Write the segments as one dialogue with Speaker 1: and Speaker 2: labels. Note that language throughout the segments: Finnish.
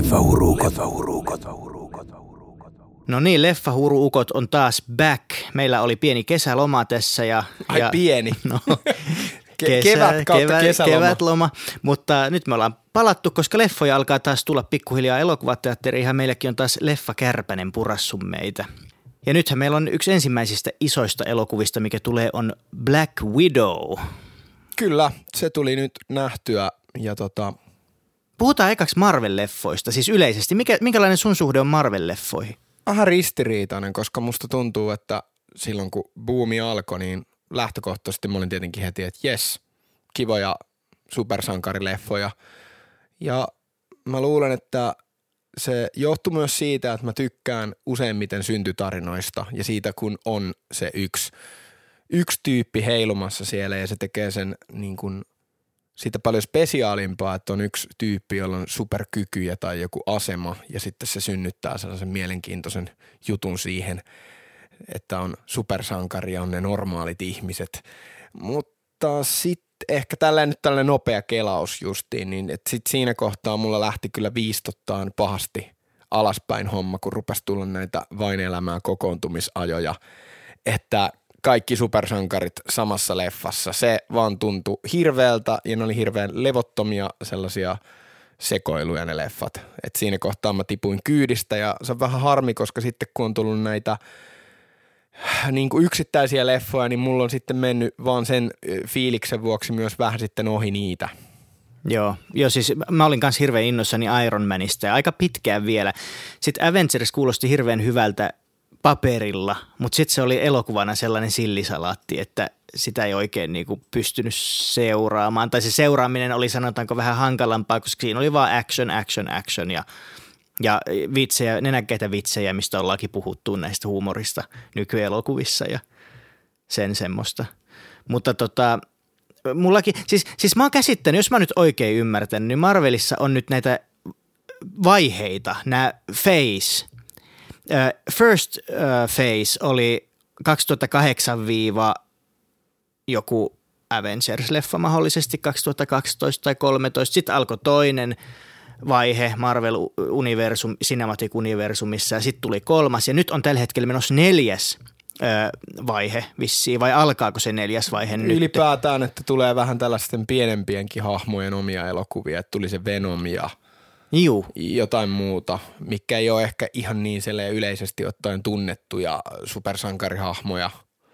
Speaker 1: Leffahuruukot.
Speaker 2: No niin, leffahuruukot on taas back. Meillä oli pieni kesäloma tässä ja
Speaker 3: pieni.
Speaker 2: No,
Speaker 3: kesätloma.
Speaker 2: Mutta nyt me ollaan palattu, koska leffoja alkaa taas tulla pikkuhiljaa elokuvateatteriin. Ihan meilläkin on taas leffakärpänen purassu meitä. Ja nythän meillä on yksi ensimmäisistä isoista elokuvista, mikä tulee, on Black Widow.
Speaker 3: Kyllä, se tuli nyt nähtyä ja
Speaker 2: Puhutaan ekaksi Marvel-leffoista, siis yleisesti. Minkälainen sun suhde on Marvel-leffoihin?
Speaker 3: Vähän ristiriitainen, koska musta tuntuu, että silloin kun buumi alkoi, niin lähtökohtaisesti mä olin tietenkin heti, että jes, kivoja supersankarileffoja. Ja mä luulen, että se johtuu myös siitä, että mä tykkään useimmiten syntytarinoista ja siitä, kun on se yksi tyyppi heilumassa siellä ja se tekee sen niin kuin siitä paljon spesiaalimpaa, että on yksi tyyppi, jolla on superkykyjä tai joku asema ja sitten se synnyttää sellaisen mielenkiintoisen jutun siihen, että on supersankari ja on ne normaalit ihmiset. Mutta sitten ehkä tällainen nopea kelaus justiin, niin että sitten siinä kohtaa mulla lähti kyllä viistottaan pahasti alaspäin homma, kun rupesi tulla näitä vain elämää kokoontumisajoja, että kaikki supersankarit samassa leffassa. Se vaan tuntui hirveältä ja ne oli hirveän levottomia sellaisia sekoiluja ne leffat. Et siinä kohtaa mä tipuin kyydistä ja se on vähän harmi, koska sitten kun on tullut näitä niin kuin yksittäisiä leffoja, niin mulla on sitten mennyt vaan sen fiiliksen vuoksi myös vähän sitten ohi niitä.
Speaker 2: Joo, siis mä olin kanssa hirveän innoissani Iron Manista ja aika pitkään vielä. Sitten Avengers kuulosti hirveän hyvältä paperilla, mutta sitten se oli elokuvana sellainen sillisalaatti, että sitä ei oikein niinku pystynyt seuraamaan. Tai se seuraaminen oli sanotaanko vähän hankalampaa, koska siinä oli vaan action ja vitsejä, nenäkkäitä vitsejä, mistä ollaankin puhuttu näistä huumorista nykyelokuvissa ja sen semmoista. Mutta mullakin, siis mä oon käsittänyt, jos mä nyt oikein ymmärtänyt, niin Marvelissa on nyt näitä vaiheita, nämä phase. First phase oli 2008 joku Avengers-leffa mahdollisesti 2012 tai 2013. Sitten alkoi toinen vaihe Marvel-universum, Cinematic-universumissa ja sitten tuli kolmas. Ja nyt on tällä hetkellä menossa neljäs vaihe vissiin, vai alkaako se neljäs vaihe nyt?
Speaker 3: Ylipäätään, että tulee vähän tällaisten pienempienkin hahmojen omia elokuvia, että tuli se Venom ja jotain muuta, mikä ei ole ehkä ihan niin yleisesti ottaen tunnettuja supersankarihahmoja,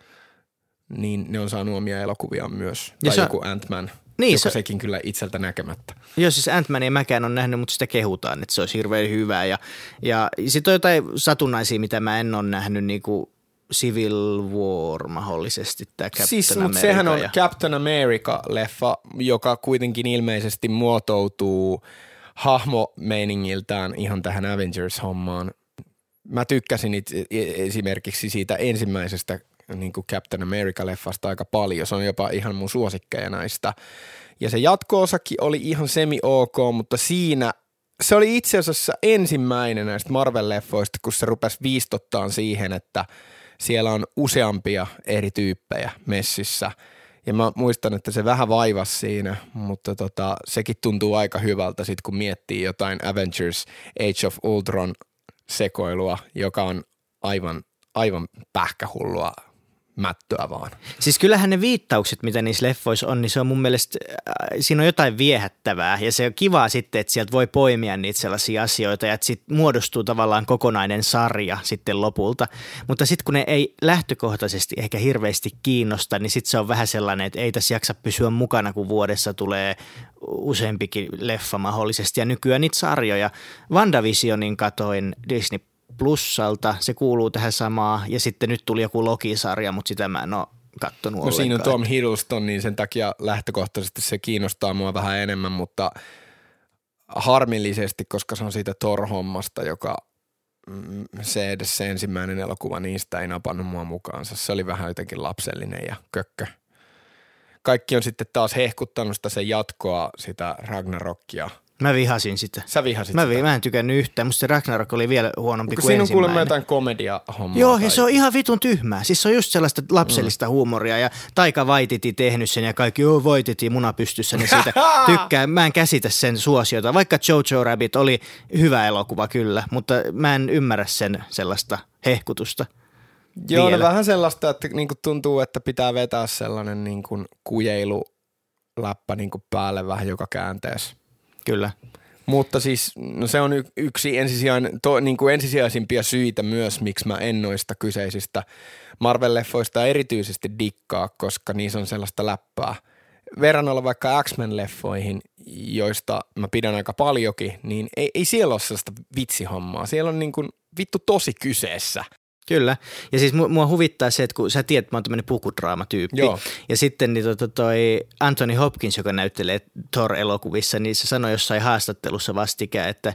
Speaker 3: niin ne on saanut omia elokuvia myös. Tai joku Ant-Man, sekin kyllä itseltä näkemättä.
Speaker 2: Joo, siis Ant-Mania mäkään on nähnyt, mutta sitä kehutaan, että se olisi hirveän hyvää. Ja sitten on jotain satunnaisia, mitä mä en ole nähnyt, niin kuin Civil War mahdollisesti, tämä Captain
Speaker 3: siis,
Speaker 2: America.
Speaker 3: Mutta sehän on Captain America-leffa, joka kuitenkin ilmeisesti muotoutuu hahmomeiningiltään ihan tähän Avengers-hommaan. Mä tykkäsin esimerkiksi siitä ensimmäisestä niin kuin Captain America-leffasta aika paljon. Se on jopa ihan mun suosikkeja näistä. Ja se jatko-osakin oli ihan semi-ok, mutta siinä se oli itse asiassa ensimmäinen näistä Marvel-leffoista, kun se rupesi viistottaan siihen, että siellä on useampia eri tyyppejä messissä. Ja mä muistan, että se vähän vaivasi siinä, mutta sekin tuntuu aika hyvältä sit kun miettii jotain Avengers Age of Ultron sekoilua, joka on aivan pähkähullua mättöä vaan.
Speaker 2: Siis kyllähän ne viittaukset, mitä niissä leffoissa on, niin se on mun mielestä, siinä on jotain viehättävää ja se on kivaa sitten, että sieltä voi poimia niitä sellaisia asioita ja että sitten muodostuu tavallaan kokonainen sarja sitten lopulta. Mutta sitten kun ne ei lähtökohtaisesti ehkä hirveästi kiinnosta, niin sitten se on vähän sellainen, että ei tässä jaksa pysyä mukana, kun vuodessa tulee useampikin leffa mahdollisesti ja nykyään niitä sarjoja. WandaVisionin katoin Disney Plusalta, se kuuluu tähän samaan, ja sitten nyt tuli joku Loki-sarja, mutta sitä mä en ole kattonut ollenkaan.
Speaker 3: Siinä on Tom Hiddleston, niin sen takia lähtökohtaisesti se kiinnostaa mua vähän enemmän, mutta harmillisesti, koska se on siitä Thor-hommasta, joka se edes se ensimmäinen elokuva niistä ei napannut mua mukaansa. Se oli vähän jotenkin lapsellinen ja kökkö. Kaikki on sitten taas hehkuttanut sitä sen jatkoa, sitä Ragnarokia.
Speaker 2: Mä vihasin sitä.
Speaker 3: Sä vihasit sitä?
Speaker 2: Mä en tykännyt yhtään. Musta se Ragnarok oli vielä huonompi kuin
Speaker 3: siinä on
Speaker 2: ensimmäinen.
Speaker 3: kuulemma jotain komedia-hommaa.
Speaker 2: Joo, ja se on ihan vitun tyhmää. Siis se on just sellaista lapsellista huumoria ja Taika Waititi tehnyt sen ja kaikki, Waititi muna pystyssä, niin siitä tykkää. Mä en käsitä sen suosiota, vaikka Jojo Rabbit oli hyvä elokuva kyllä, mutta mä en ymmärrä sen sellaista hehkutusta.
Speaker 3: Joo,
Speaker 2: vielä.
Speaker 3: No vähän sellaista, että niinku tuntuu, että pitää vetää sellainen niinku kujeiluläppä niinku päälle vähän joka käänteessä.
Speaker 2: Kyllä.
Speaker 3: Mutta siis no se on yksi niinku ensisijaisimpia syitä myös, miksi mä en noista kyseisistä Marvel-leffoista erityisesti dikkaa, koska niissä on sellaista läppää. Verrannolla vaikka X-Men-leffoihin, joista mä pidän aika paljonkin, niin ei siellä ole sellaista vitsihommaa. Siellä on niinku vittu tosi kyseessä.
Speaker 2: Kyllä. Ja siis mua huvittaa se, että kun sä tiedät, että mä oon tämmöinen pukudraamatyyppi.
Speaker 3: Joo.
Speaker 2: Ja sitten niin toi Anthony Hopkins, joka näyttelee Thor-elokuvissa, niin se sanoi jossain haastattelussa vastikään, että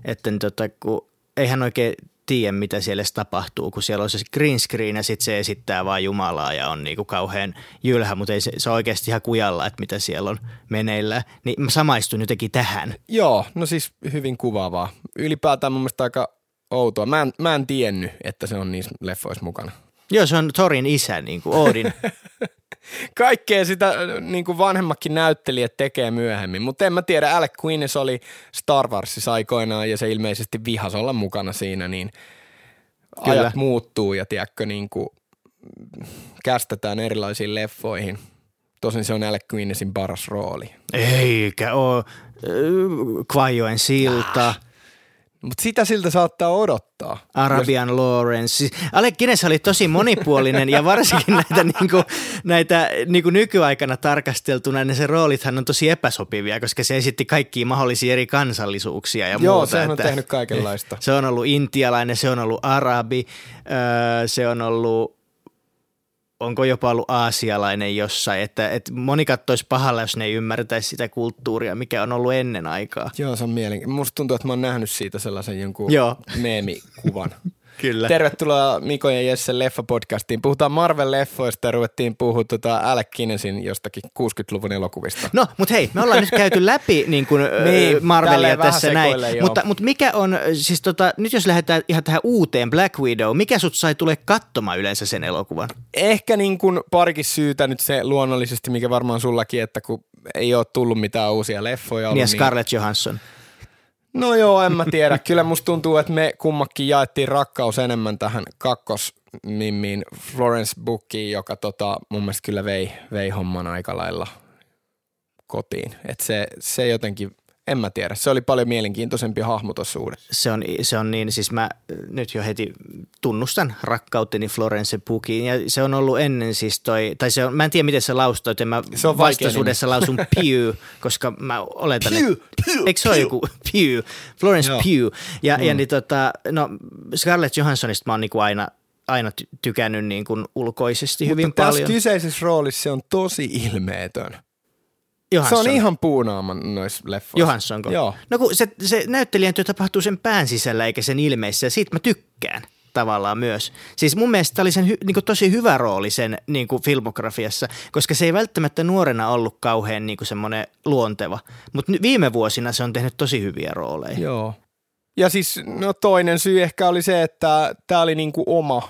Speaker 2: kun ei hän oikein tiedä, mitä siellä edes tapahtuu, kun siellä on se green screen ja sitten se esittää vaan Jumalaa ja on niinku kauhean jylhä, mutta ei se on oikeasti ihan kujalla, että mitä siellä on meneillään. Niin mä samaistun jotenkin tähän.
Speaker 3: Joo, no siis hyvin kuvaavaa. Ylipäätään mun mielestä aika outoa. Mä en tiennyt, että se on niissä leffoissa mukana.
Speaker 2: Joo, se on Thorin isä, niin kuin Odin.
Speaker 3: Kaikkea sitä niin kuin vanhemmatkin näyttelijät tekee myöhemmin, mutta en mä tiedä, Alec Guinness oli Star Warsissa aikoinaan ja se ilmeisesti vihas olla mukana siinä, niin
Speaker 2: Kyllä.
Speaker 3: Ajat muuttuu ja tiedätkö, niin kuin kästetään erilaisiin leffoihin. Tosin se on Alec Guinnessin paras rooli.
Speaker 2: Eikä ole Kvajoen silta.
Speaker 3: Mutta sitä siltä saattaa odottaa.
Speaker 2: Arabian Lawrence. Alec Guinness oli tosi monipuolinen ja varsinkin näitä nykyaikana tarkasteltuna, niin se roolithan on tosi epäsopivia, koska se esitti kaikkia mahdollisia eri kansallisuuksia ja
Speaker 3: Joo,
Speaker 2: muuta.
Speaker 3: sehän on tehnyt kaikenlaista.
Speaker 2: Se on ollut intialainen, se on ollut arabi, se on ollut, onko jopa ollut aasialainen jossain, että moni kattoisi pahalla, jos ne ei ymmärtäisi sitä kulttuuria, mikä on ollut ennen aikaa.
Speaker 3: Joo, se on mielenkiintoista. Musta tuntuu, että mä oon nähnyt siitä sellaisen jonkun meemikuvan.
Speaker 2: Kyllä.
Speaker 3: Tervetuloa Mikon ja Jessen leffapodcastiin. Puhutaan Marvel-leffoista ja ruvettiin puhua Alec Guinnessin jostakin 60-luvun elokuvista.
Speaker 2: No, mutta hei, me ollaan nyt käyty läpi niin Marvelia tässä näin. Mutta mikä on, siis nyt jos lähdetään ihan tähän uuteen Black Widow, mikä sut sai tulee katsomaan yleensä sen elokuvan?
Speaker 3: Ehkä niin kuin parikin syytä nyt se luonnollisesti, mikä varmaan sullakin, että kun ei ole tullut mitään uusia leffoja.
Speaker 2: Niin ja Scarlett Johansson.
Speaker 3: No joo, en mä tiedä. Kyllä musta tuntuu, että me kummakin jaettiin rakkaus enemmän tähän kakkosmimmiin Florence Pughkiin, joka mun mielestä kyllä vei homman aika lailla kotiin. Et se jotenkin, en mä tiedä, se oli paljon mielenkiintoisempi hahmo tuossa uudessa.
Speaker 2: Se on niin, siis mä nyt jo heti tunnustan rakkauteni Florence Pughkiin ja se on ollut ennen siis mä en tiedä miten se laustaa, joten mä vastaisuudessa lausun Pugh, koska mä oletan, eikö se ole joku Pugh, Florence Pugh ja niin Scarlett Johanssonista mä oon niinku aina tykännyt niin kuin ulkoisesti hyvin paljon.
Speaker 3: Mutta tässä kyseisessä roolissa se on tosi ilmeetön.
Speaker 2: Johansson.
Speaker 3: Se on ihan puunaaman noissa leffoissa.
Speaker 2: Johanssonko?
Speaker 3: Joo.
Speaker 2: No kun se näyttelijän työ tapahtuu sen pään sisällä eikä sen ilmeissä ja siitä mä tykkään tavallaan myös. Siis mun mielestä tämä oli sen niinku tosi hyvä rooli sen niinku filmografiassa, koska se ei välttämättä nuorena ollut kauhean niinku semmoinen luonteva, mutta viime vuosina se on tehnyt tosi hyviä rooleja.
Speaker 3: Joo. Ja siis toinen syy ehkä oli se, että tämä oli niinku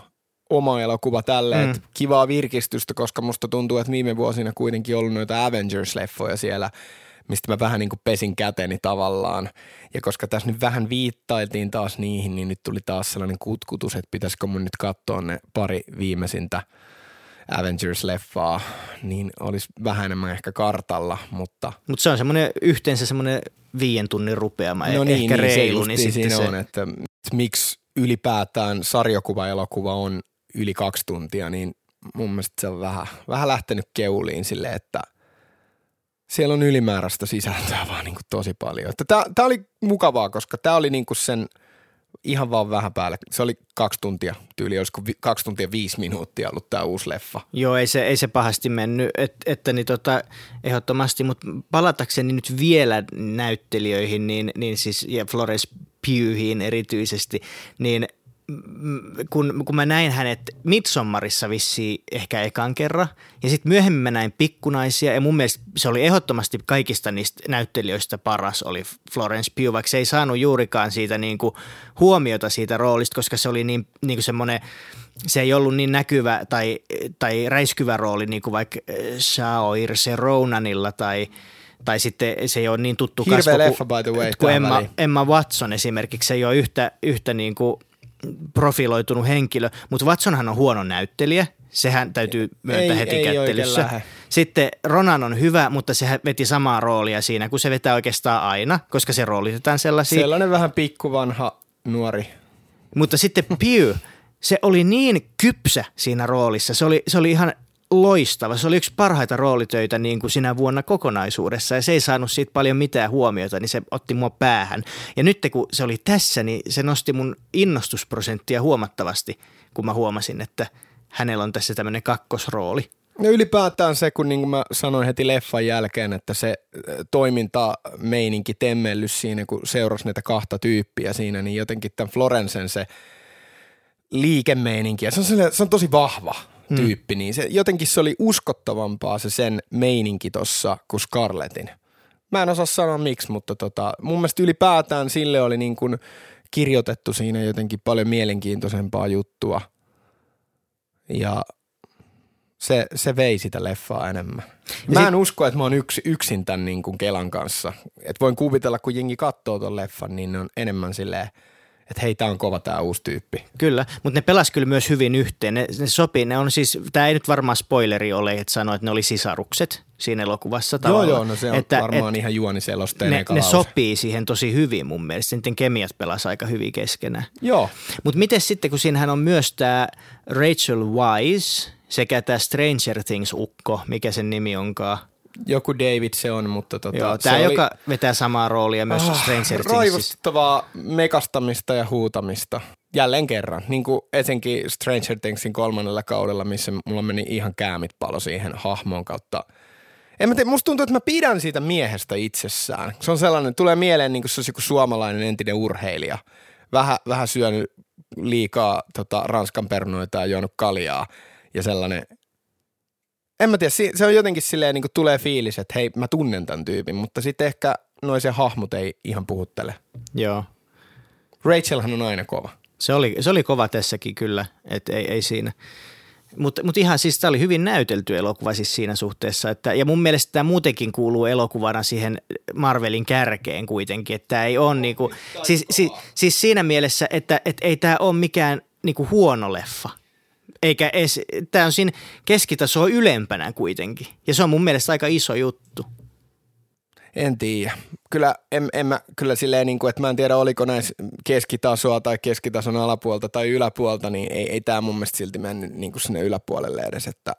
Speaker 3: oma elokuva tälleen, että kivaa virkistystä, koska musta tuntuu, että viime vuosina kuitenkin ollut noita Avengers-leffoja siellä, mistä mä vähän niin kuin pesin käteni tavallaan. Ja koska tässä nyt vähän viittailtiin taas niihin, niin nyt tuli taas sellainen kutkutus, että pitäisikö mun nyt katsoa ne pari viimeisintä Avengers-leffaa, niin olisi vähän enemmän ehkä kartalla, mutta...
Speaker 2: Mutta se on yhteensä semmoinen 5 tunnin rupeama,
Speaker 3: niin,
Speaker 2: ehkä reilu.
Speaker 3: Niin sitten siinä on, että miksi ylipäätään sarjakuva-elokuva on yli 2 tuntia, niin mun mielestä se on vähän lähtenyt keuliin silleen, että siellä on ylimääräistä sisältöä vaan niin kuin tosi paljon. Tämä oli mukavaa, koska tämä oli niin kuin sen ihan vaan vähän päälle. Se oli 2 tuntia tyyli, olisiko 2 tuntia 5 minuuttia ollut tämä uusi leffa.
Speaker 2: Joo, ei se pahasti mennyt, että ehdottomasti, mutta palatakseni nyt vielä näyttelijöihin, niin siis, ja Florence Pughhiin erityisesti, niin kun mä näin hänet Midsommarissa vissiin ehkä ekan kerran, ja sitten myöhemmin mä näin Pikkunaisia, ja mun mielestä se oli ehdottomasti kaikista niistä näyttelijöistä paras oli Florence Pugh, vaikka se ei saanut juurikaan siitä niinku huomiota siitä roolista, koska se oli niinku semmoinen, se ei ollut niin näkyvä tai räiskyvä rooli niin kuin vaikka Saoirse Ronanilla tai sitten se ei ole niin tuttu kasvo
Speaker 3: leffa, by the way,
Speaker 2: kuin Emma Watson esimerkiksi. Se ei ole yhtä niin kuin profiloitunut henkilö, mutta Watsonhan on huono näyttelijä. Sehän täytyy myöntää heti kättelyssä. Sitten Ronan on hyvä, mutta se veti samaa roolia siinä, kun se vetää oikeastaan aina, koska se roolitetaan sellaisia.
Speaker 3: Sellainen vähän pikkuvanha nuori.
Speaker 2: Mutta sitten Pugh, se oli niin kypsä siinä roolissa. Se oli ihan loistava. Se oli yksi parhaita roolitöitä niin kuin sinä vuonna kokonaisuudessa ja se ei saanut siitä paljon mitään huomiota, niin se otti mua päähän. Ja nyt kun se oli tässä, niin se nosti mun innostusprosenttia huomattavasti, kun mä huomasin, että hänellä on tässä tämmöinen kakkosrooli.
Speaker 3: No ylipäätään se, kun niin kuin mä sanoin heti leffan jälkeen, että se toimintameininki temmellys siinä, kun seurasi näitä kahta tyyppiä siinä, niin jotenkin tämän Florencen se liikemeininki, ja se on tosi vahva tyyppi, niin jotenkin se oli uskottavampaa se sen meininki tossa kuin Scarlettin. Mä en osaa sanoa miksi, mutta mun mielestä ylipäätään sille oli niin kuin kirjoitettu siinä jotenkin paljon mielenkiintoisempaa juttua ja se vei sitä leffaa enemmän. Mä en usko, että mä oon yksin tämän niin kuin Kelan kanssa. Et voin kuvitella, kun jengi katsoo ton leffan, niin ne on enemmän silleen, että hei, tää on kova tää uusi tyyppi.
Speaker 2: Kyllä, mutta ne pelas kyllä myös hyvin yhteen. Ne sopii, ne on siis, tää ei nyt varmaan spoileri ole, että sanoa, että ne oli sisarukset siinä elokuvassa tavallaan.
Speaker 3: Joo, no se on varmaan ihan juoniselosteinen
Speaker 2: ne sopii siihen tosi hyvin mun mielestä. Niiden kemiat pelas aika hyvin keskenään.
Speaker 3: Joo.
Speaker 2: Mutta miten sitten, kun siinähän on myös tää Rachel Weisz sekä tää Stranger Things-ukko, mikä sen nimi onkaan?
Speaker 3: Joku David se on, mutta
Speaker 2: joo, tämä joka vetää samaa roolia myös Stranger Thingsissa.
Speaker 3: Raivostuttavaa mekastamista ja huutamista. Jälleen kerran, niin kuin etenkin Stranger Thingsin 3. kaudella, missä mulla meni ihan käämit palo siihen hahmoon kautta. En mä tiedä, musta tuntuu, että mä pidän siitä miehestä itsessään. Se on sellainen, tulee mieleen niin kuin se olisi joku suomalainen entinen urheilija. Vähän syönyt liikaa ranskan perunoita ja juonut kaljaa ja sellainen. En mä tiedä, se on jotenkin silleen niin kuin tulee fiilis, että hei, mä tunnen tämän tyypin, mutta sitten ehkä noisia hahmot ei ihan puhuttele.
Speaker 2: Joo.
Speaker 3: Rachelhan on aina kova.
Speaker 2: Se oli kova tässäkin kyllä, että ei siinä. Mutta ihan siis tämä oli hyvin näytelty elokuva siis siinä suhteessa, että, ja mun mielestä tämä muutenkin kuuluu elokuvana siihen Marvelin kärkeen kuitenkin, että tämä ei ole niinku, siis siinä mielessä, että ei tämä ole mikään niinku huono leffa. Eikä edes, tämä on siinä keskitasoa ylempänä kuitenkin. Ja se on mun mielestä aika iso juttu.
Speaker 3: En tiedä. Kyllä silleen, niin kuin, että mä en tiedä, oliko näissä keskitasoa tai keskitason alapuolta tai yläpuolta, niin ei tämä mun mielestä silti mennyt niin kuin sinne yläpuolelle edes. Että.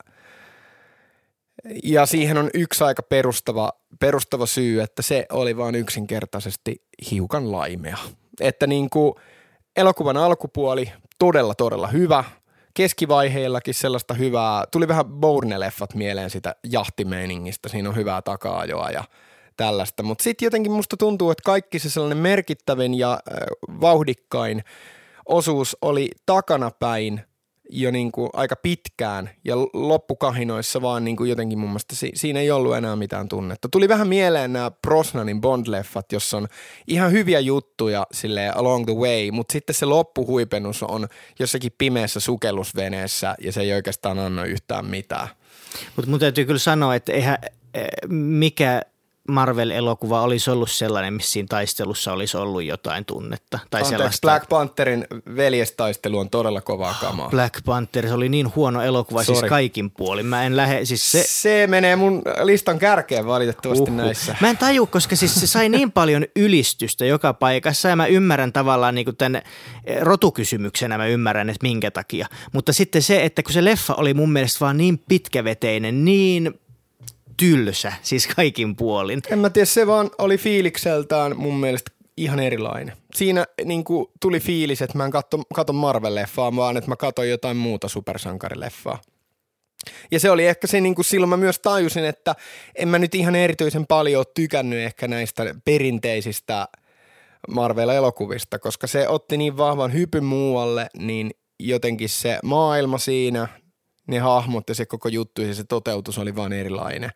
Speaker 3: Ja siihen on yksi aika perustava syy, että se oli vaan yksinkertaisesti hiukan laimea. Että niin kuin elokuvan alkupuoli todella hyvä. Keskivaiheillakin sellaista hyvää, tuli vähän Bourne-leffat mieleen sitä jahtimeiningistä, siinä on hyvää taka-ajoa ja tällaista, mutta sitten jotenkin musta tuntuu, että kaikki se sellainen merkittävin ja vauhdikkain osuus oli takanapäin jo niin kuin aika pitkään ja loppukahinoissa vaan niin kuin jotenkin mun mielestä siinä ei ollut enää mitään tunnetta. Tuli vähän mieleen nämä Brosnanin Bond-leffat, jossa on ihan hyviä juttuja silleen along the way, mutta sitten se loppuhuipennus on jossakin pimeässä sukellusveneessä ja se ei oikeastaan anna yhtään mitään. Mutta
Speaker 2: mun täytyy kyllä sanoa, että eihän mikä Marvel-elokuva olisi ollut sellainen, missä siinä taistelussa olisi ollut jotain tunnetta. Tai sellaista.
Speaker 3: Black Pantherin veljestaistelu on todella kovaa kamaa.
Speaker 2: Black Panther, se oli niin huono elokuva siis kaikin puolin. Mä en lähde, siis
Speaker 3: se menee mun listan kärkeen valitettavasti näissä.
Speaker 2: Mä en taju, koska siis se sai niin paljon ylistystä joka paikassa ja mä ymmärrän tavallaan niin kuin tämän rotukysymyksenä mä ymmärrän, että minkä takia. Mutta sitten se, että kun se leffa oli mun mielestä vaan niin pitkäveteinen, niin tylsä, siis kaikin puolin.
Speaker 3: En mä tiedä, se vaan oli fiilikseltään mun mielestä ihan erilainen. Siinä niin kuin tuli fiilis, että mä en kato Marvel-leffaa, vaan että mä katon jotain muuta supersankarileffaa. Ja se oli ehkä se, niin kuin silloin mä myös tajusin, että en mä nyt ihan erityisen paljon ole tykännyt ehkä näistä perinteisistä Marvel-elokuvista, koska se otti niin vahvan hypyn muualle, niin jotenkin se maailma siinä, ne hahmot ja se koko juttu ja se toteutus oli vaan erilainen.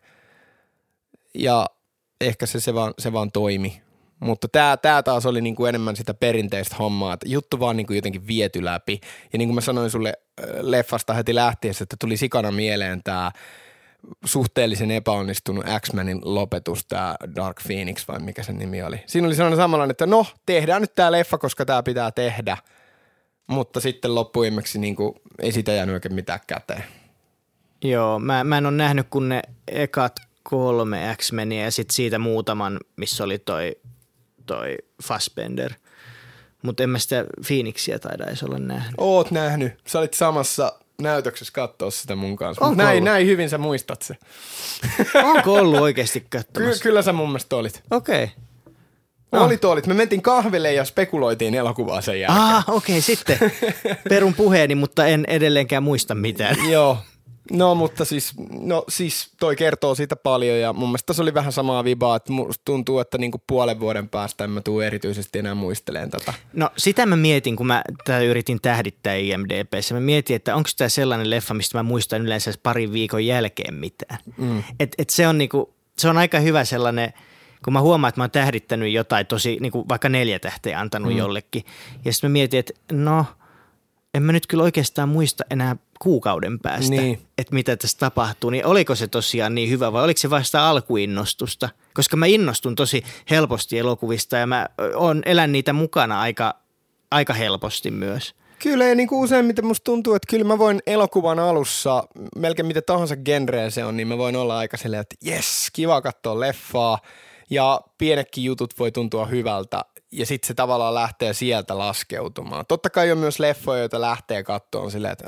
Speaker 3: Ja ehkä se vaan toimi. Mutta tää taas oli niinku enemmän sitä perinteistä hommaa, että juttu vaan niinku jotenkin viety läpi. Ja niin kuin mä sanoin sulle leffasta heti lähtiessä, että tuli sikana mieleen tää suhteellisen epäonnistunut X-Menin lopetus, tää Dark Phoenix vai mikä sen nimi oli. Siinä oli sellainen samanlainen, että no tehdään nyt tää leffa, koska tää pitää tehdä. Mutta sitten loppuimmeksi niinku ei siitä jäänyt oikein mitään käteen.
Speaker 2: Joo, mä en ole nähnyt kun ne ekat 3 X-Meniä ja sitten siitä muutaman, missä oli toi Fassbender. Mutta en mä sitä Phoenixia taida edes olla nähnyt.
Speaker 3: Oot nähnyt. Sä olit samassa näytöksessä katsoa sitä mun kanssa. Näin hyvin sä muistat se.
Speaker 2: Onko ollut oikeasti katsomassa?
Speaker 3: Kyllä sä mun mielestä olit.
Speaker 2: Okei.
Speaker 3: No. Olit. Me mentiin kahville ja spekuloitiin elokuvaa sen jälkeen.
Speaker 2: Okei, sitten perun puheeni, mutta en edelleenkään muista mitään.
Speaker 3: Joo. No mutta siis toi kertoo siitä paljon ja mun mielestä se oli vähän samaa vibaa, että musta tuntuu, että niinku puolen vuoden päästä en mä tuu erityisesti enää muisteleen tätä.
Speaker 2: No sitä mä mietin, kun mä yritin tähdittää IMDb:ssä. Mä mietin, että onko tämä sellainen leffa, mistä mä muistan yleensä parin viikon jälkeen mitään. Et se on niinku, se on aika hyvä sellainen, kun mä huomaan, että mä oon tähdittänyt jotain tosi, niinku vaikka 4 tähteä antanut jollekin. Ja sitten mä mietin, että no, en mä nyt kyllä oikeastaan muista enää kuukauden päästä, että mitä tässä tapahtuu, niin oliko se tosiaan niin hyvä vai oliko se vasta alkuinnostusta? Koska mä innostun tosi helposti elokuvista ja mä elän niitä mukana aika helposti myös.
Speaker 3: Kyllä ja niin kuin useimmiten musta tuntuu, että kyllä mä voin elokuvan alussa, melkein mitä tahansa genreä se on, niin mä voin olla aika silleen, että jes, kiva katsoa leffaa ja pienetkin jutut voi tuntua hyvältä. Ja sitten se tavallaan lähtee sieltä laskeutumaan. Totta kai on myös leffoja, joita lähtee katsomaan silleen, että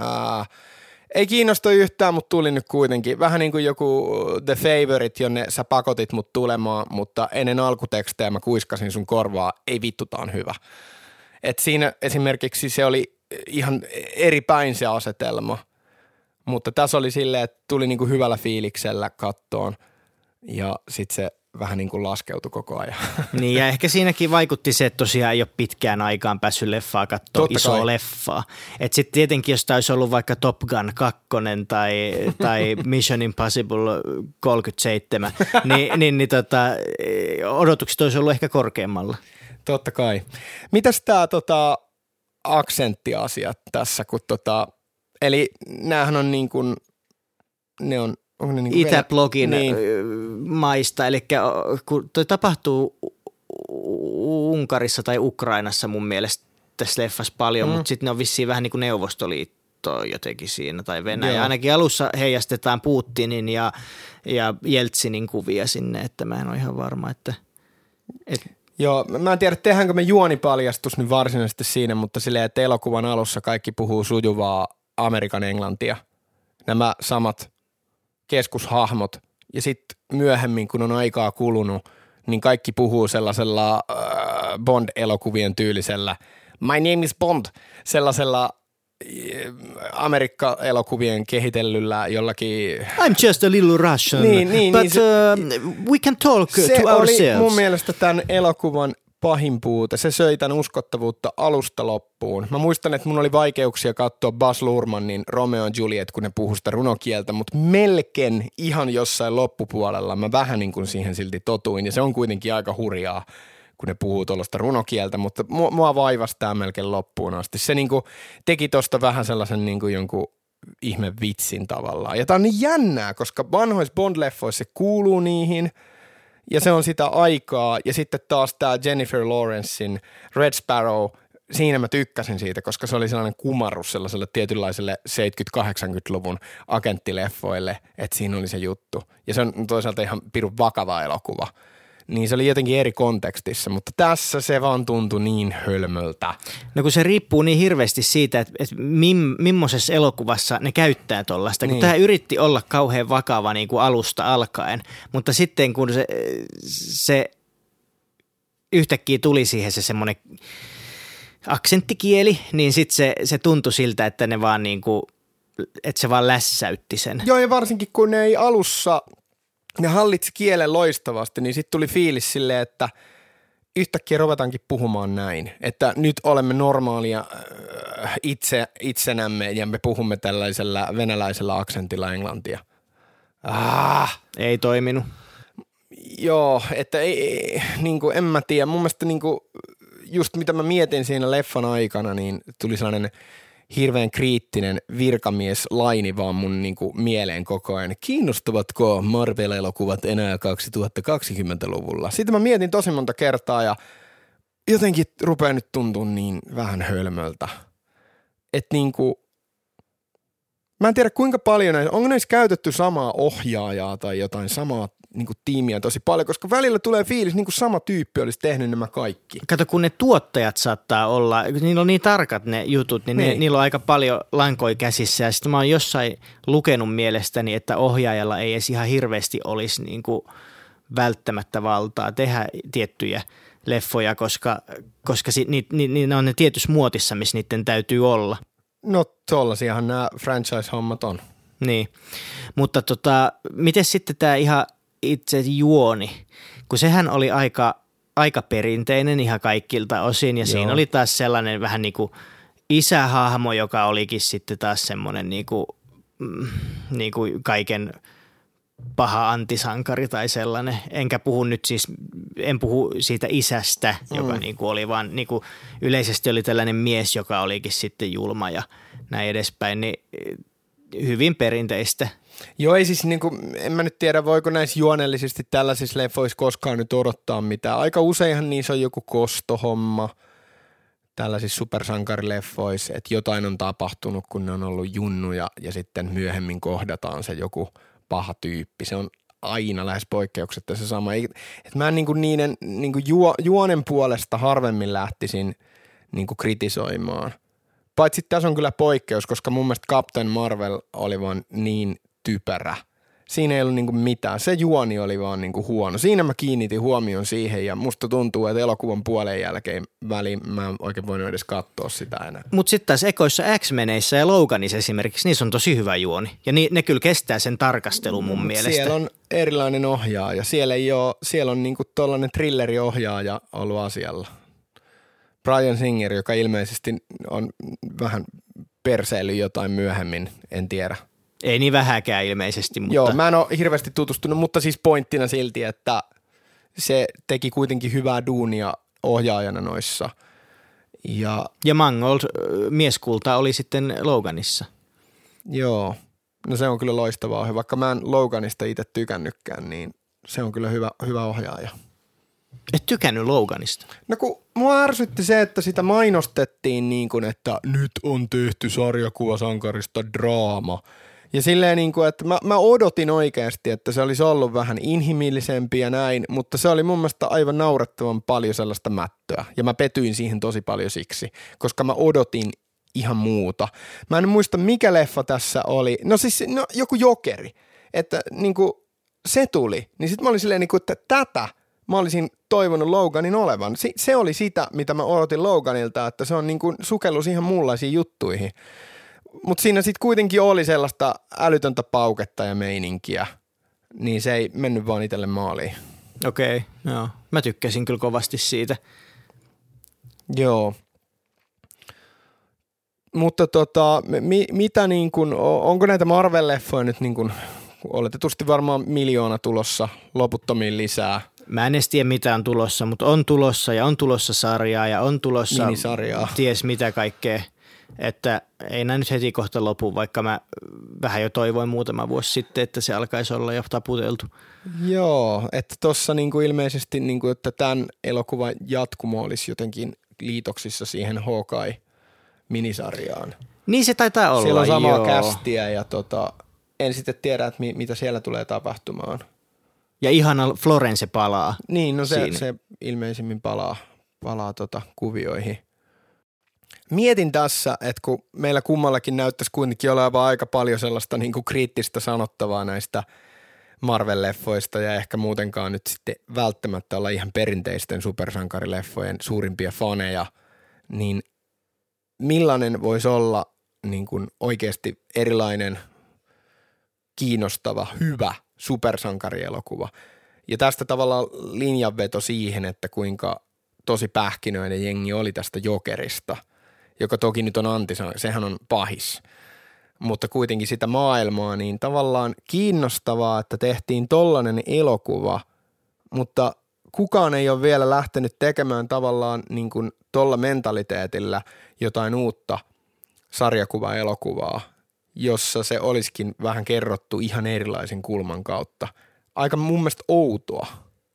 Speaker 3: ei kiinnosta yhtään, mutta tuli nyt kuitenkin. Vähän niin kuin joku The Favourite, jonne sä pakotit mut tulemaan, mutta ennen alkutekstejä mä kuiskasin sun korvaa, ei vittu, tää on hyvä. Et siinä esimerkiksi se oli ihan eri päin se asetelma, mutta tässä oli silleen, että tuli niin kuin hyvällä fiiliksellä kattoon ja sitten se vähän niin kuin laskeutui koko ajan.
Speaker 2: Niin ja ehkä siinäkin vaikutti se, että tosiaan ei ole pitkään aikaan päässyt leffaa katsoa, isoa leffaa. Että sitten tietenkin, jos tämä olisi ollut vaikka Top Gun 2 tai Mission Impossible 37, niin odotukset olisi ollut ehkä korkeammalla. Totta
Speaker 3: kai. Mitäs tämä aksenttiasiat tässä, kun eli näähän on niin kuin, ne on niin
Speaker 2: Itäblogin maista, eli kun toi tapahtuu Unkarissa tai Ukrainassa mun mielestä tässä leffassa paljon, mutta sitten ne on vissiin vähän niin kuin Neuvostoliitto jotenkin siinä tai Venäjä. Joo. Ainakin alussa heijastetaan Putinin ja Jeltsinin kuvia sinne, että mä en ole ihan varma, että
Speaker 3: Joo, mä en tiedä, tehdäänkö me juonipaljastus nyt varsinaisesti siinä, mutta silleen, että elokuvan alussa kaikki puhuu sujuvaa Amerikan englantia. Nämä samat keskushahmot ja sitten myöhemmin, kun on aikaa kulunut, niin kaikki puhuu sellaisella Bond-elokuvien tyylisellä My name is Bond, sellaisella Amerikka-elokuvien kehitellyllä jollakin
Speaker 2: I'm just a little Russian, but we can talk to ourselves.
Speaker 3: Se oli mun mielestä tämän elokuvan pahin puute. Se söi tämän uskottavuutta alusta loppuun. Mä muistan, että mun oli vaikeuksia katsoa Baz Luhrmannin Romeo and Juliet, kun ne puhuu sitä runokieltä, mutta melkein ihan jossain loppupuolella mä vähän niin kuin siihen silti totuin. Ja se on kuitenkin aika hurjaa, kun ne puhuu tuollaista runokieltä, mutta mua vaivastaa melkein loppuun asti. Se niin kuin teki tosta vähän sellaisen niin kuin jonkun ihme vitsin tavallaan. Ja tää on niin jännää, koska vanhoissa Bond-leffoissa se kuuluu niihin, ja se on sitä aikaa, ja sitten taas tämä Jennifer Lawrencein Red Sparrow, siinä mä tykkäsin siitä, koska se oli sellainen kumarrus sellaiselle tietynlaiselle 70-80-luvun agenttileffoille, että siinä oli se juttu. Ja se on toisaalta ihan pirun vakava elokuva. Niin se oli jotenkin eri kontekstissa, mutta tässä se vaan tuntui niin hölmöltä. No
Speaker 2: kun se riippuu niin hirveästi siitä, että millaisessa elokuvassa ne käyttää tollaista. Kun tämä yritti olla kauhean vakava niin kuin alusta alkaen, mutta sitten kun se yhtäkkiä tuli siihen se semmoinen aksenttikieli, niin sitten se tuntui siltä, että ne vaan niin kuin, että se vaan lässäytti sen.
Speaker 3: Joo, ja varsinkin kun ne ei alussa, ne hallitsi kielen loistavasti, niin sitten tuli fiilis silleen, että yhtäkkiä ruvetaankin puhumaan näin, että nyt olemme normaalia itsenämme ja me puhumme tällaisella venäläisellä aksentilla englantia.
Speaker 2: Ei toiminut.
Speaker 3: Joo, että ei niin kuin, en mä tiedä. Mun mielestä niin kuin, just mitä mä mietin siinä leffan aikana, niin tuli sellainen hirveän kriittinen virkamieslaini vaan mun niin kuin, mieleen koko ajan. Kiinnostavatko Marvel-elokuvat enää 2020-luvulla? Sitten mä mietin tosi monta kertaa ja jotenkin rupeaa nyt tuntua niin vähän hölmöltä. Että niin kuin, mä en tiedä kuinka paljon onko näissä käytetty samaa ohjaajaa tai jotain samaa niin kuin tiimiä tosi paljon, koska välillä tulee fiilis, niin kuin sama tyyppi olisi tehnyt nämä kaikki.
Speaker 2: Kato, kun ne tuottajat saattaa olla, niillä on niin tarkat ne jutut, niin. Niillä on aika paljon lankoja käsissä. Ja sitten mä oon jossain lukenut mielestäni, että ohjaajalla ei edes ihan hirveästi olisi niin kuin välttämättä valtaa tehdä tiettyjä leffoja, koska ne on ne tietyssä muotissa, missä niiden täytyy olla.
Speaker 3: No tollasiahan nämä franchise-hommat on.
Speaker 2: Niin, mutta miten sitten tämä ihan itse juoni, kun sehän oli aika perinteinen ihan kaikilta osin ja Joo. Siinä oli taas sellainen vähän niin kuin isähahmo, joka olikin sitten taas semmoinen niin kuin kaiken paha antisankari tai sellainen. En puhu siitä isästä, joka niin kuin oli vaan niin kuin yleisesti oli tällainen mies, joka olikin sitten julma ja näin edespäin, niin hyvin perinteistä.
Speaker 3: Joo, ei siis niin kuin, en mä nyt tiedä, voiko näissä juonellisesti tällaisissa leffoissa koskaan nyt odottaa mitään. Aika useinhan niissä on joku kostohomma tällaisissa supersankarileffoissa, että jotain on tapahtunut, kun ne on ollut junnuja ja sitten myöhemmin kohdataan se joku paha tyyppi. Se on aina lähes poikkeuksetta se sama. Että mä niin kuin niiden niin kuin juonen puolesta harvemmin lähtisin niin kuin kritisoimaan. Paitsi tässä on kyllä poikkeus, koska mun mielestä Captain Marvel oli vaan niin typerä. Siinä ei ollut niinku mitään. Se juoni oli vaan niinku huono. Siinä mä kiinnitin huomion siihen ja musta tuntuu, että elokuvan puolen jälkeen väliin mä en oikein voinut edes katsoa sitä enää.
Speaker 2: Mutta sitten taas ekoissa X-Meneissä ja Loganissa esimerkiksi, niissä on tosi hyvä juoni. Ja ne kyllä kestää sen tarkastelun mun mielestä.
Speaker 3: Siellä on erilainen ohjaaja. Siellä on niinku tollainen thrilleriohjaaja ollut asialla. Bryan Singer, joka ilmeisesti on vähän perseillyt jotain myöhemmin, en tiedä.
Speaker 2: Ei niin vähäkään ilmeisesti, mutta...
Speaker 3: Joo, mä en ole hirveästi tutustunut, mutta siis pointtina silti, että se teki kuitenkin hyvää duunia ohjaajana noissa.
Speaker 2: Ja Mangold mieskulta oli sitten Loganissa.
Speaker 3: Joo, no se on kyllä loistava ohjaaja. Vaikka mä en Loganista itse tykännytkään, niin se on kyllä hyvä ohjaaja.
Speaker 2: Et tykännyt Loganista?
Speaker 3: No kun mua ärsytti se, että sitä mainostettiin niin kuin, että nyt on tehty sarjakuvasankarista draama. Ja silleen niin kuin, että mä odotin oikeasti, että se olisi ollut vähän inhimillisempi ja näin, mutta se oli mun mielestä aivan naurettavan paljon sellaista mättöä. Ja mä petyin siihen tosi paljon siksi, koska mä odotin ihan muuta. Mä en muista mikä leffa tässä oli. No siis joku Jokeri, että niin kuin se tuli. Niin sit mä olin silleen niin kuin, että tätä mä olisin toivonut Loganin olevan. Se oli sitä, mitä mä odotin Loganilta, että se on niin kuin sukellus ihan muunlaisiin juttuihin. Mutta siinä sitten kuitenkin oli sellaista älytöntä pauketta ja meininkiä, niin se ei mennyt vaan itselle maaliin.
Speaker 2: Okei, joo. Mä tykkäsin kyllä kovasti siitä.
Speaker 3: Joo. Mutta mitä niin kuin, onko näitä Marvel-leffoja nyt niin kuin, oletetusti varmaan 1 miljoona tulossa loputtomiin lisää?
Speaker 2: Mä en edes tiedä mitä on tulossa, mutta on tulossa ja on tulossa sarjaa ja on tulossa
Speaker 3: minisarjaa.
Speaker 2: Ties mitä kaikkea. Että ei näin nyt heti kohta lopu, vaikka mä vähän jo toivoin muutama vuosi sitten, että se alkaisi olla jo taputeltu.
Speaker 3: Joo, että tuossa niinku ilmeisesti, niinku, että tämän elokuvan jatkumo olisi jotenkin liitoksissa siihen Hawkeye-minisarjaan.
Speaker 2: Niin se taitaa olla,
Speaker 3: siellä on samaa kästiä ja en sitten tiedä, että mitä siellä tulee tapahtumaan.
Speaker 2: Ja ihana Florence palaa.
Speaker 3: Niin, no se ilmeisimmin palaa kuvioihin. Mietin tässä, että kun meillä kummallakin näyttäisi kuitenkin olevan aika paljon sellaista niin kuin kriittistä sanottavaa näistä Marvel-leffoista ja ehkä muutenkaan nyt sitten välttämättä olla ihan perinteisten supersankarileffojen suurimpia faneja, niin millainen voisi olla niin kuin oikeasti erilainen, kiinnostava, hyvä supersankarielokuva? Ja tästä tavallaan linjanveto siihen, että kuinka tosi pähkinöinen jengi oli tästä Jokerista, joka toki nyt on sehän on pahis. Mutta kuitenkin sitä maailmaa, niin tavallaan kiinnostavaa, että tehtiin tollainen elokuva, mutta kukaan ei ole vielä lähtenyt tekemään tavallaan niin kuin tolla mentaliteetillä jotain uutta sarjakuva-elokuvaa, jossa se olisikin vähän kerrottu ihan erilaisen kulman kautta. Aika mun mielestä outoa.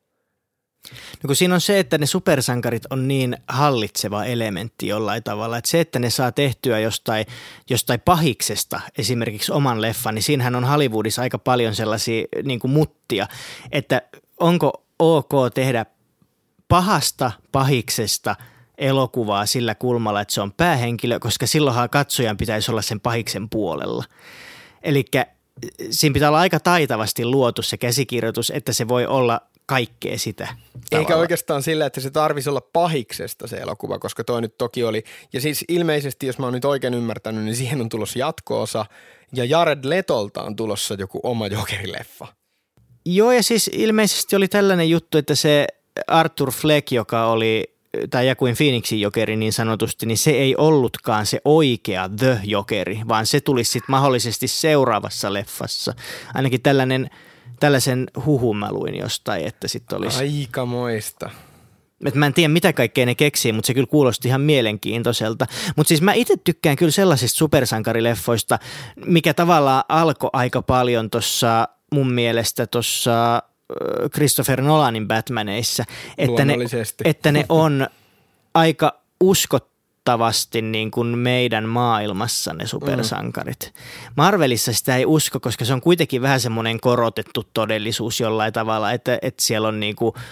Speaker 2: No kun siinä on se, että ne supersankarit on niin hallitseva elementti jollain tavalla, että se, että ne saa tehtyä jostain pahiksesta esimerkiksi oman leffan, niin siinähän on Hollywoodissa aika paljon sellaisia niin kuin muttia, että onko ok tehdä pahasta pahiksesta elokuvaa sillä kulmalla, että se on päähenkilö, koska silloinhan katsojan pitäisi olla sen pahiksen puolella. Elikkä siinä pitää olla aika taitavasti luotu se käsikirjoitus, että se voi olla kaikkea sitä.
Speaker 3: Eikä oikeastaan sillä, että se tarvisi olla pahiksesta se elokuva, koska toi nyt toki oli. Ja siis ilmeisesti, jos mä oon nyt oikein ymmärtänyt, niin siihen on tulossa jatko-osa. Ja Jared Letolta on tulossa joku oma Jokerileffa.
Speaker 2: Joo, ja siis ilmeisesti oli tällainen juttu, että se Arthur Fleck, joka oli tai Joaquin Phoenixin Jokeri niin sanotusti, niin se ei ollutkaan se oikea The Jokeri, vaan se tulisi sitten mahdollisesti seuraavassa leffassa. Ainakin tällaisen huhun mä luin jostain, että sitten olisi.
Speaker 3: Aikamoista.
Speaker 2: Et mä en tiedä mitä kaikkea ne keksii, mutta se kyllä kuulosti ihan mielenkiintoiselta. Mutta siis mä itse tykkään kyllä sellaisista supersankarileffoista, mikä tavallaan alkoi aika paljon tuossa mun mielestä tuossa Christopher Nolanin Batmaneissa, että ne on aika uskottavasti niin kuin meidän maailmassa ne supersankarit. Marvelissa sitä ei usko, koska se on kuitenkin vähän semmoinen korotettu todellisuus jollain tavalla, että siellä on niin kuin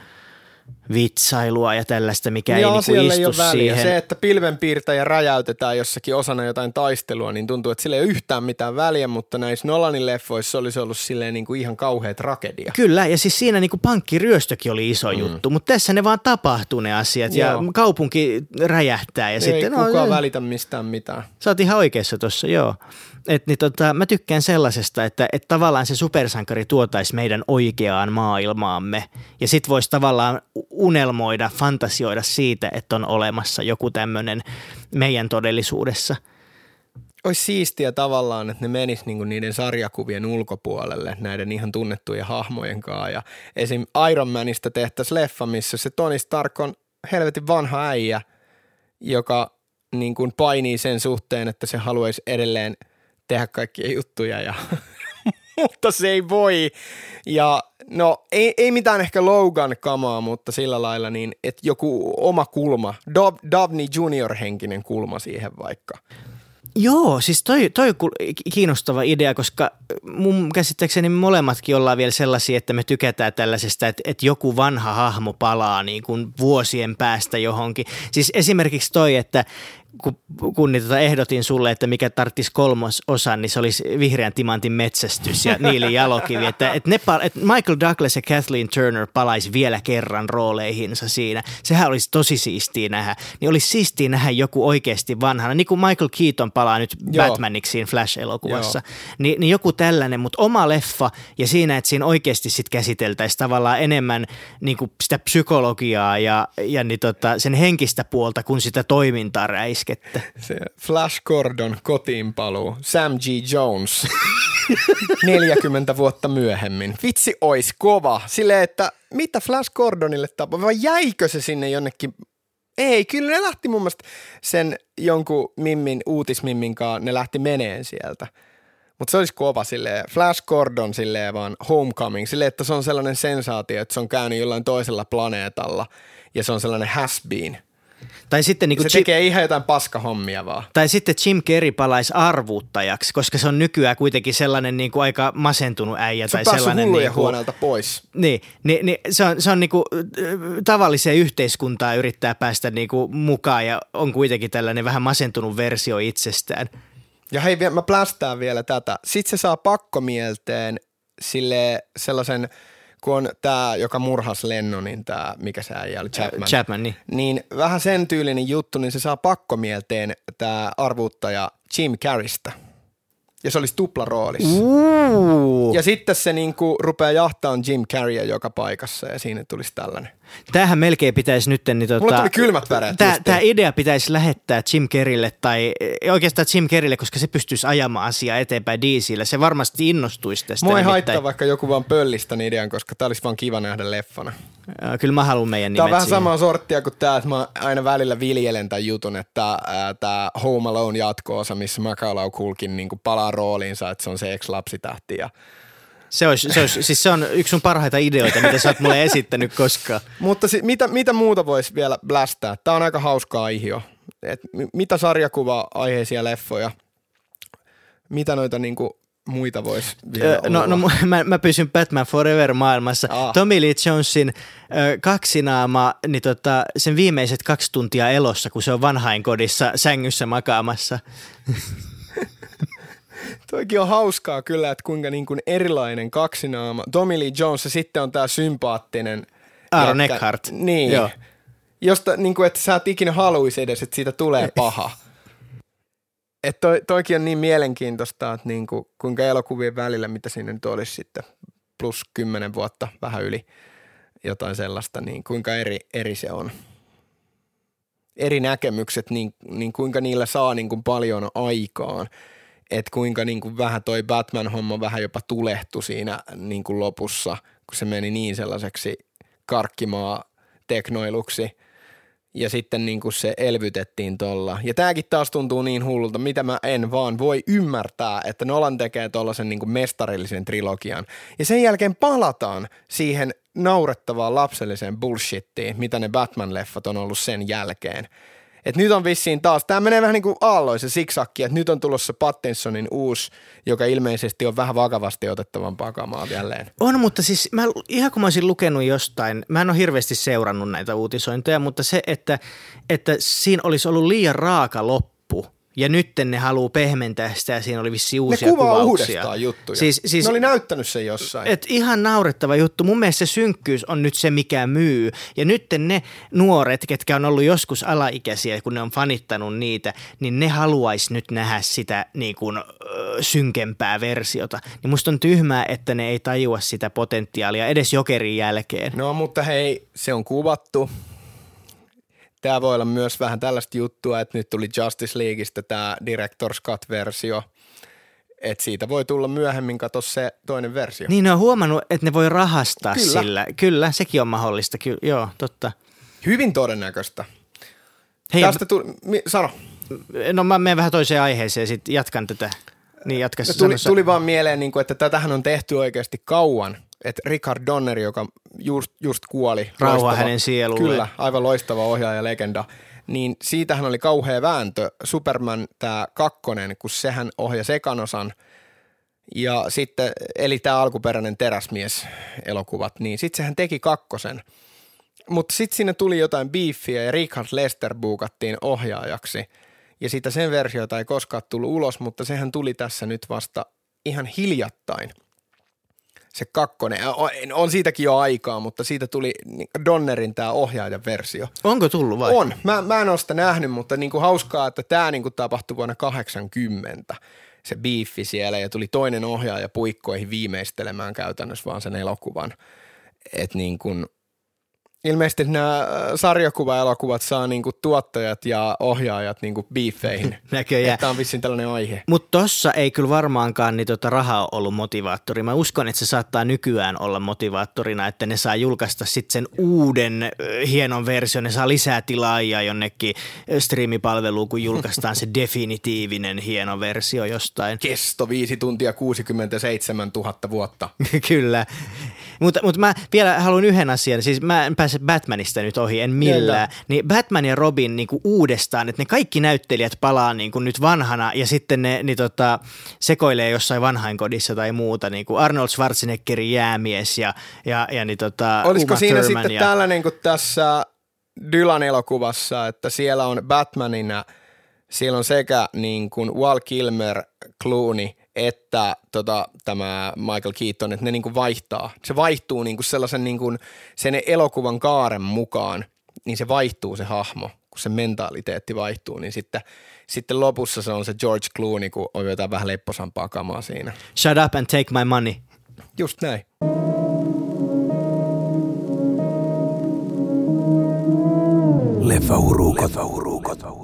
Speaker 2: vitsailua ja tällaista, mikä ei niinku istu siihen.
Speaker 3: Se, että pilvenpiirtäjä räjäytetään jossakin osana jotain taistelua, niin tuntuu, että sillä ei ole yhtään mitään väliä, mutta näissä Nolanin leffoissa olisi ollut silleen niinku ihan kauhea tragedia.
Speaker 2: Kyllä, ja siis siinä niinku pankkiryöstökin oli iso juttu, mutta tässä ne vaan tapahtuu ne asiat ja kaupunki räjähtää. Ja
Speaker 3: ei
Speaker 2: sitten,
Speaker 3: kukaan välitä mistään mitään.
Speaker 2: Sä oot ihan oikeassa tuossa, joo. Mä tykkään sellaisesta, että tavallaan se supersankari tuotaisi meidän oikeaan maailmaamme ja sit voisi tavallaan unelmoida, fantasioida siitä, että on olemassa joku tämmöinen meidän todellisuudessa.
Speaker 3: Olisi siistiä tavallaan, että ne menis niinku niiden sarjakuvien ulkopuolelle näiden ihan tunnettujen hahmojen kanssa. Ja esim. Iron Manista tehtäisiin leffa, missä se Tony Stark on helvetin vanha äijä, joka niin kuin painii sen suhteen, että se haluaisi edelleen tehdä kaikkia juttuja, mutta se ei voi. Ja no ei mitään ehkä Logan-kamaa, mutta sillä lailla niin, että joku oma kulma, Downey Jr.-henkinen kulma siihen vaikka.
Speaker 2: Joo, siis toi on kiinnostava idea, koska mun käsittääkseni molemmatkin ollaan vielä sellaisia, että me tykätään tällaisesta, että joku vanha hahmo palaa niin kuin vuosien päästä johonkin. Siis esimerkiksi toi, että kun ehdotin sulle, että mikä tarttisi kolmososan, niin se olisi Vihreän timantin metsästys ja Neil Jalokivi. Että Michael Douglas ja Kathleen Turner palaisi vielä kerran rooleihinsa siinä. Sehän olisi tosi siistiä nähdä. Niin olisi siistiä nähdä joku oikeasti vanhana. Niin kuin Michael Keaton palaa nyt Batmaniksi Flash-elokuvassa. Niin joku tällainen, mutta oma leffa ja siinä, että siinä oikeasti sit käsiteltäisiin tavallaan enemmän niin kuin sitä psykologiaa ja sen henkistä puolta kuin sitä toimintaa räiskettä.
Speaker 3: Se Flash Gordon kotiinpaluu, Sam G. Jones, 40 vuotta myöhemmin. Vitsi ois kova. Silleen, että mitä Flash Gordonille tapahtui, vai jäikö se sinne jonnekin? Ei, kyllä ne lähti mun mielestä sen jonkun uutismimminkaan, ne lähti meneen sieltä. Mutta se olisi kova silleen, Flash Gordon silleen vaan Homecoming, silleen, että se on sellainen sensaatio, että se on käynyt jollain toisella planeetalla ja se on sellainen has-been.
Speaker 2: Tai sitten niin
Speaker 3: se tekee ihan jotain paskahommia vaan.
Speaker 2: Tai sitten Jim Carrey palaisi arvuuttajaksi, koska se on nykyään kuitenkin sellainen niin kuin aika masentunut äijä.
Speaker 3: Se on
Speaker 2: tai sellainen
Speaker 3: hullujen niin huoneelta pois.
Speaker 2: Niin se on niin kuin tavalliseen yhteiskuntaan yrittää päästä niin kuin mukaan ja on kuitenkin tällainen vähän masentunut versio itsestään.
Speaker 3: Ja hei, mä plästään vielä tätä. Sitten se saa pakkomielteen sellaisen, kun on tämä, joka murhasi Lennonin, tämä, mikä se äijä oli,
Speaker 2: Chapman, niin.
Speaker 3: Niin vähän sen tyylinen juttu, niin se saa pakkomielteen tämä arvuuttaja Jim Carreystä. Ja se olisi tuplaroolissa. Ja sitten se niinku rupeaa jahtaan Jim Carreyä joka paikassa ja siinä tulisi tällainen.
Speaker 2: Tämähän melkein pitäisi nyt... Niin
Speaker 3: Mulla tuli kylmät väreet.
Speaker 2: Tämä idea pitäisi lähettää Jim Carreylle tai oikeastaan Jim Carreylle, koska se pystyisi ajamaan asiaa eteenpäin DC:llä. Se varmasti innostuisi tästä.
Speaker 3: Mua ei haittaa vaikka joku vaan pöllistä idean, koska tämä olisi vaan kiva nähdä leffana.
Speaker 2: Kyllä mä haluan meidän nimet.
Speaker 3: Tämä on vähän
Speaker 2: siihen.
Speaker 3: samaa sorttia kuin tämä, että mä aina välillä viljelen tämän jutun, että tämä Home Alone jatko-osa, missä Macaulay Culkin niin palaa rooliinsa, että se on se ex-lapsitähti ja
Speaker 2: Se on yksi sun parhaita ideoita, mitä sä oot mulle esittänyt koskaan.
Speaker 3: Mutta mitä muuta voisi vielä blästää? Tämä on aika hauskaa aihio. Mitä sarjakuva-aiheisia leffoja? Mitä noita niinku muita voisi vielä olla?
Speaker 2: No mä pysyn Batman Forever-maailmassa. Tommy Lee Jonesin kaksinaama, niin sen viimeiset 2 tuntia elossa, kun se on vanhainkodissa sängyssä makaamassa.
Speaker 3: Toikin on hauskaa kyllä, että kuinka niin kuin erilainen kaksinaama. Tommy Lee Jones ja sitten on tämä sympaattinen
Speaker 2: Aaron Eckhart.
Speaker 3: Niin. Joo. Josta niin kuin, että sä et ikinä haluisi edes, että siitä tulee paha. Että toikin on niin mielenkiintoista, että niin kuin, kuinka elokuvien välillä, mitä siinä nyt olisi sitten, plus 10 vuotta, vähän yli jotain sellaista, niin kuinka eri se on. Eri näkemykset, niin kuinka niillä saa niin kuin paljon aikaan. Että kuinka niin kuin vähän toi Batman-homma vähän jopa tulehtui siinä niin kuin lopussa, kun se meni niin sellaiseksi karkkimaa teknoiluksi. Ja sitten niin kuin se elvytettiin tolla. Ja tääkin taas tuntuu niin hullulta, mitä mä en vaan voi ymmärtää, että Nolan tekee tollasen niin kuin mestarillisen trilogian. Ja sen jälkeen palataan siihen naurettavaan lapselliseen bullshittiin, mitä ne Batman-leffat on ollut sen jälkeen. Et nyt on vissiin taas, tämä menee vähän niin kuin aalloisen siksakki, että nyt on tulossa Pattinsonin uusi, joka ilmeisesti on vähän vakavasti otettavampaa kamaa jälleen.
Speaker 2: On, mutta siis ihan kun mä olisin lukenut jostain, mä en ole hirveästi seurannut näitä uutisointeja, mutta se, että siinä olisi ollut liian raaka loppu. Ja nyt ne haluaa pehmentää sitä ja siinä oli vissiin uusia kuvauksia.
Speaker 3: Ne kuvaa uudestaan juttuja. Siis, ne oli näyttänyt sen jossain.
Speaker 2: Ihan naurettava juttu. Mun mielestä se synkkyys on nyt se, mikä myy. Ja nyt ne nuoret, ketkä on ollut joskus alaikäisiä, kun ne on fanittanut niitä, niin ne haluaisi nyt nähdä sitä niin kuin, synkempää versiota. Niin musta on tyhmää, että ne ei tajua sitä potentiaalia edes Jokerin jälkeen.
Speaker 3: No mutta hei, se on kuvattu. Tämä voi olla myös vähän tällaista juttua, että nyt tuli Justice Leagueista tämä Director's Cut-versio, että siitä voi tulla myöhemmin, kato se toinen versio.
Speaker 2: Niin ne on huomannut, että ne voi rahastaa sillä. Kyllä, sekin on mahdollista. Joo, totta.
Speaker 3: Hyvin todennäköistä. Hei, tästä sano.
Speaker 2: No mä menen vähän toiseen aiheeseen ja sitten jatkan tätä. Niin
Speaker 3: tuli vaan mieleen, että tätähän on tehty oikeasti kauan. Että Richard Donner, joka just kuoli.
Speaker 2: Rauha hänen sielulleen.
Speaker 3: Kyllä, aivan loistava ohjaaja, legenda. Niin siitähän oli kauhea vääntö. Superman, tämä 2, kun sehän ohjasi ekanosan. Ja sitten, eli tämä alkuperäinen Teräsmies-elokuvat, niin sitten sehän teki 2. Mutta sitten sinne tuli jotain beefiä ja Richard Lester buukattiin ohjaajaksi. Ja siitä sen versiota ei koskaan tullut ulos, mutta sehän tuli tässä nyt vasta ihan hiljattain. Se 2. On siitäkin jo aikaa, mutta siitä tuli Donnerin tämä ohjaajan versio.
Speaker 2: Onko tullut vai?
Speaker 3: On. Mä en ole sitä nähnyt, mutta niinku hauskaa, että tämä niinku tapahtui vuonna 80. Se biiffi siellä ja tuli toinen ohjaaja puikkoihin viimeistelemään käytännössä vaan sen elokuvan. Että niin kuin ilmeisesti nämä sarjakuva-elokuvat saa niinku tuottajat ja ohjaajat niinku biiffeihin.
Speaker 2: Näköjään.
Speaker 3: Tämä on vissiin tällainen aihe.
Speaker 2: Mutta tossa ei kyllä varmaankaan niin raha ole ollut motivaattori. Mä uskon, että se saattaa nykyään olla motivaattorina, että ne saa julkaista sitten sen uuden hienon version. Ne saa lisää tilaajia jonnekin striimipalveluun, kun julkaistaan se definitiivinen hieno versio jostain.
Speaker 3: Kesto 5 tuntia 67 000 vuotta.
Speaker 2: Kyllä. Mutta mä vielä haluan yhden asian. Siis mä en pääse Batmanista nyt ohi, en millään. Niin Batman ja Robin niinku uudestaan, että ne kaikki näyttelijät palaa niinku nyt vanhana ja sitten ne sekoilee jossain vanhainkodissa tai muuta. Niinku Arnold Schwarzeneggerin jäämies ja
Speaker 3: olisiko
Speaker 2: Uma
Speaker 3: siinä
Speaker 2: Thurman
Speaker 3: sitten tällainen kuin tässä Dylan-elokuvassa, että siellä on Batmanina, siellä on sekä niin kuin Val Kilmer, Clooney että tämä Michael Keaton, että ne niinku vaihtaa. Se vaihtuu niinku sellaisen niinku sen elokuvan kaaren mukaan, niin se vaihtuu se hahmo, kun se mentaliteetti vaihtuu, niin sitten lopussa se on se George Clooney, kun on jotain vähän lepposampaa kamaa siinä.
Speaker 2: Shut up and take my money.
Speaker 3: Just näin.
Speaker 1: Leffa Urukot.